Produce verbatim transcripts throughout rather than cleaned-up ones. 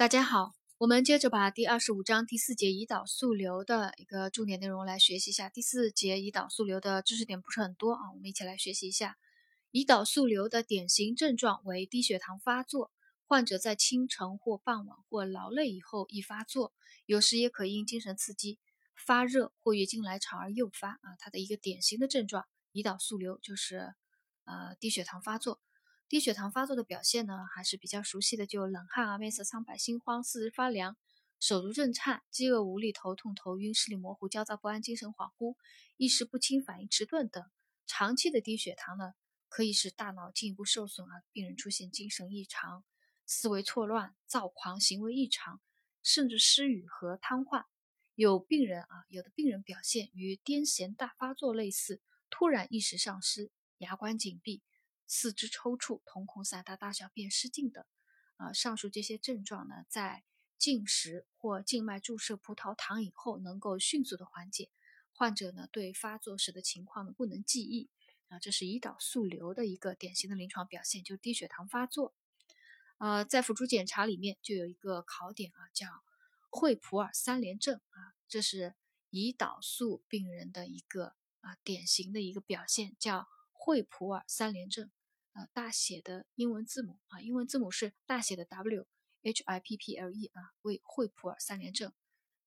大家好，我们接着把第二十五章第四节胰岛素瘤的一个重点内容来学习一下。第四节胰岛素瘤的知识点不是很多啊，我们一起来学习一下。胰岛素瘤的典型症状为低血糖发作，患者在清晨或傍晚或劳累以后易发作，有时也可因精神刺激、发热或月经来潮而诱发啊。它的一个典型的症状，胰岛素瘤就是呃低血糖发作。低血糖发作的表现呢，还是比较熟悉的，就冷汗啊、面色苍白、心慌、四肢发凉、手足震颤、饥饿无力、头痛、头晕、视力模糊、焦躁不安、精神恍惚、意识不清、反应迟钝等。长期的低血糖呢，可以使大脑进一步受损啊，病人出现精神异常、思维错乱、躁狂、行为异常，甚至失语和瘫痪。有病人啊，有的病人表现与癫痫大发作类似，突然意识丧失、牙关紧闭、四肢抽搐、瞳孔散大、大小便失禁等。啊，上述这些症状呢，在进食或静脉注射葡萄糖以后，能够迅速的缓解。患者呢，对发作时的情况呢不能记忆。啊，这是胰岛素瘤的一个典型的临床表现，就低血糖发作。呃，在辅助检查里面就有一个考点啊，叫惠普尔三联症啊，这是胰岛素病人的一个啊典型的一个表现，叫惠普尔三联症。呃，大写的英文字母啊，英文字母是大写的 W H I P P L E 啊，为惠普尔三联症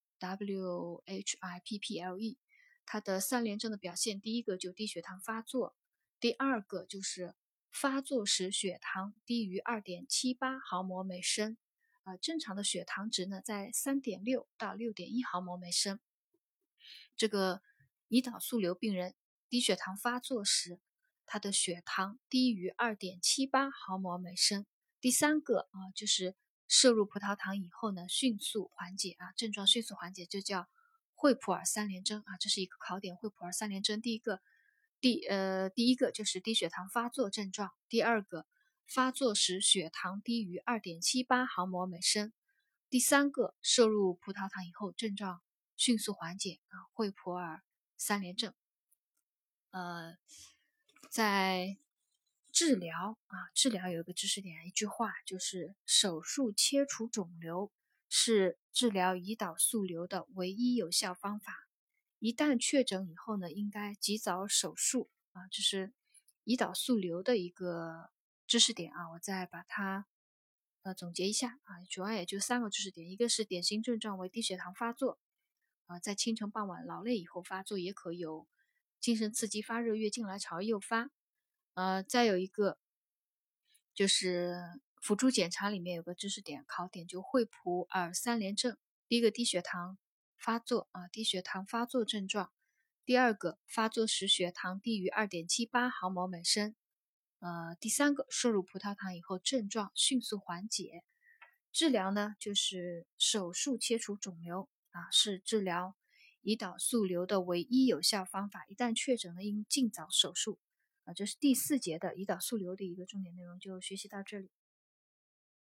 W H I P P L E。它的三联症的表现，第一个就低血糖发作，第二个就是发作时血糖低于 二点七八毫摩每升，呃，正常的血糖值呢在 三点六到六点一毫摩每升。这个胰岛素瘤病人低血糖发作时，他的血糖低于 二点七八毫摩每升。第三个啊，就是摄入葡萄糖以后呢，迅速缓解啊，症状迅速缓解，就叫惠普尔三联征啊，这是一个考点。惠普尔三联征，第一个，第呃第一个就是低血糖发作症状，第二个发作时血糖低于 二点七八毫摩每升，第三个摄入葡萄糖以后症状迅速缓解啊，惠普尔三联征。呃，在治疗啊，治疗有一个知识点，一句话就是手术切除肿瘤是治疗胰岛素瘤的唯一有效方法。一旦确诊以后呢，应该及早手术啊，这是胰岛素瘤的一个知识点啊。我再把它呃总结一下啊，主要也就三个知识点，一个是典型症状为低血糖发作啊，在清晨傍晚劳累以后发作，也可有精神刺激、发热、月经来潮诱发。呃，再有一个就是辅助检查里面有个知识点考点，就惠普尔三联症。第一个低血糖发作啊，低血糖发作症状；第二个发作时血糖低于 二点七八毫摩每升；呃，第三个摄入葡萄糖以后症状迅速缓解。治疗呢就是手术切除肿瘤啊，是治疗胰岛素瘤的唯一有效方法。一旦确诊呢，应尽早手术。啊，这是第四节的胰岛素瘤的一个重点内容，就学习到这里。